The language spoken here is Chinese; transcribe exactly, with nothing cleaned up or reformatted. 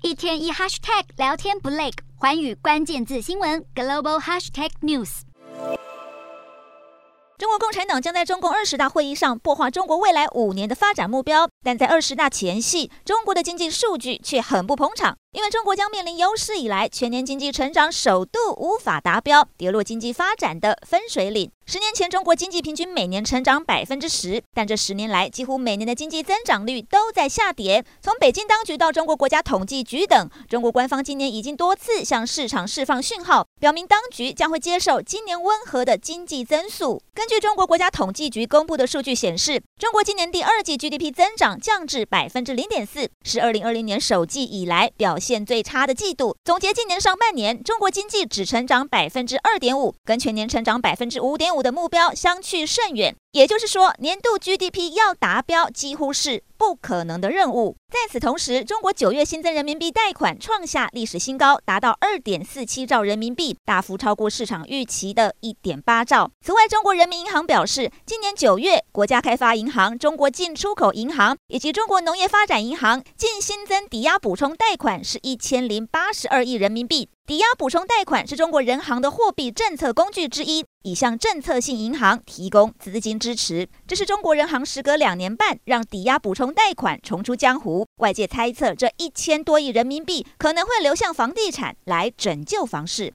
一天一 hashtag 聊天不累，寰宇关键字新闻 global hashtag news。 中国共产党将在中共二十大会议上擘画中国未来五年的发展目标，但在二十大前夕，中国的经济数据却很不捧场，因为中国将面临有史以来全年经济成长首度无法达标，跌落经济发展的分水岭。十年前，中国经济平均每年成长百分之十，但这十年来，几乎每年的经济增长率都在下跌。从北京当局到中国国家统计局等，中国官方今年已经多次向市场释放讯号，表明当局将会接受今年温和的经济增速。根据中国国家统计局公布的数据显示，中国今年第二季 G D P 增长降至百分之零点四，是二零二零年首季以来表现最差的季度。总结今年上半年，中国经济只成长百分之二点五，跟全年成长百分之五点五的目标相去甚远。也就是说，年度 G D P 要达标几乎是不可能的任务。在此同时，中国九月新增人民币贷款创下历史新高，达到 二点四七兆人民币，大幅超过市场预期的 一点八兆。此外，中国人民银行表示，今年九月，国家开发银行、中国进出口银行以及中国农业发展银行净新增抵押补充贷款是一千零八十二亿人民币。抵押补充贷款是中国人行的货币政策工具之一，以向政策性银行提供资金支持。这是中国人行时隔两年半让抵押补充贷款重出江湖。外界猜测，这一千多亿人民币可能会流向房地产来拯救房市。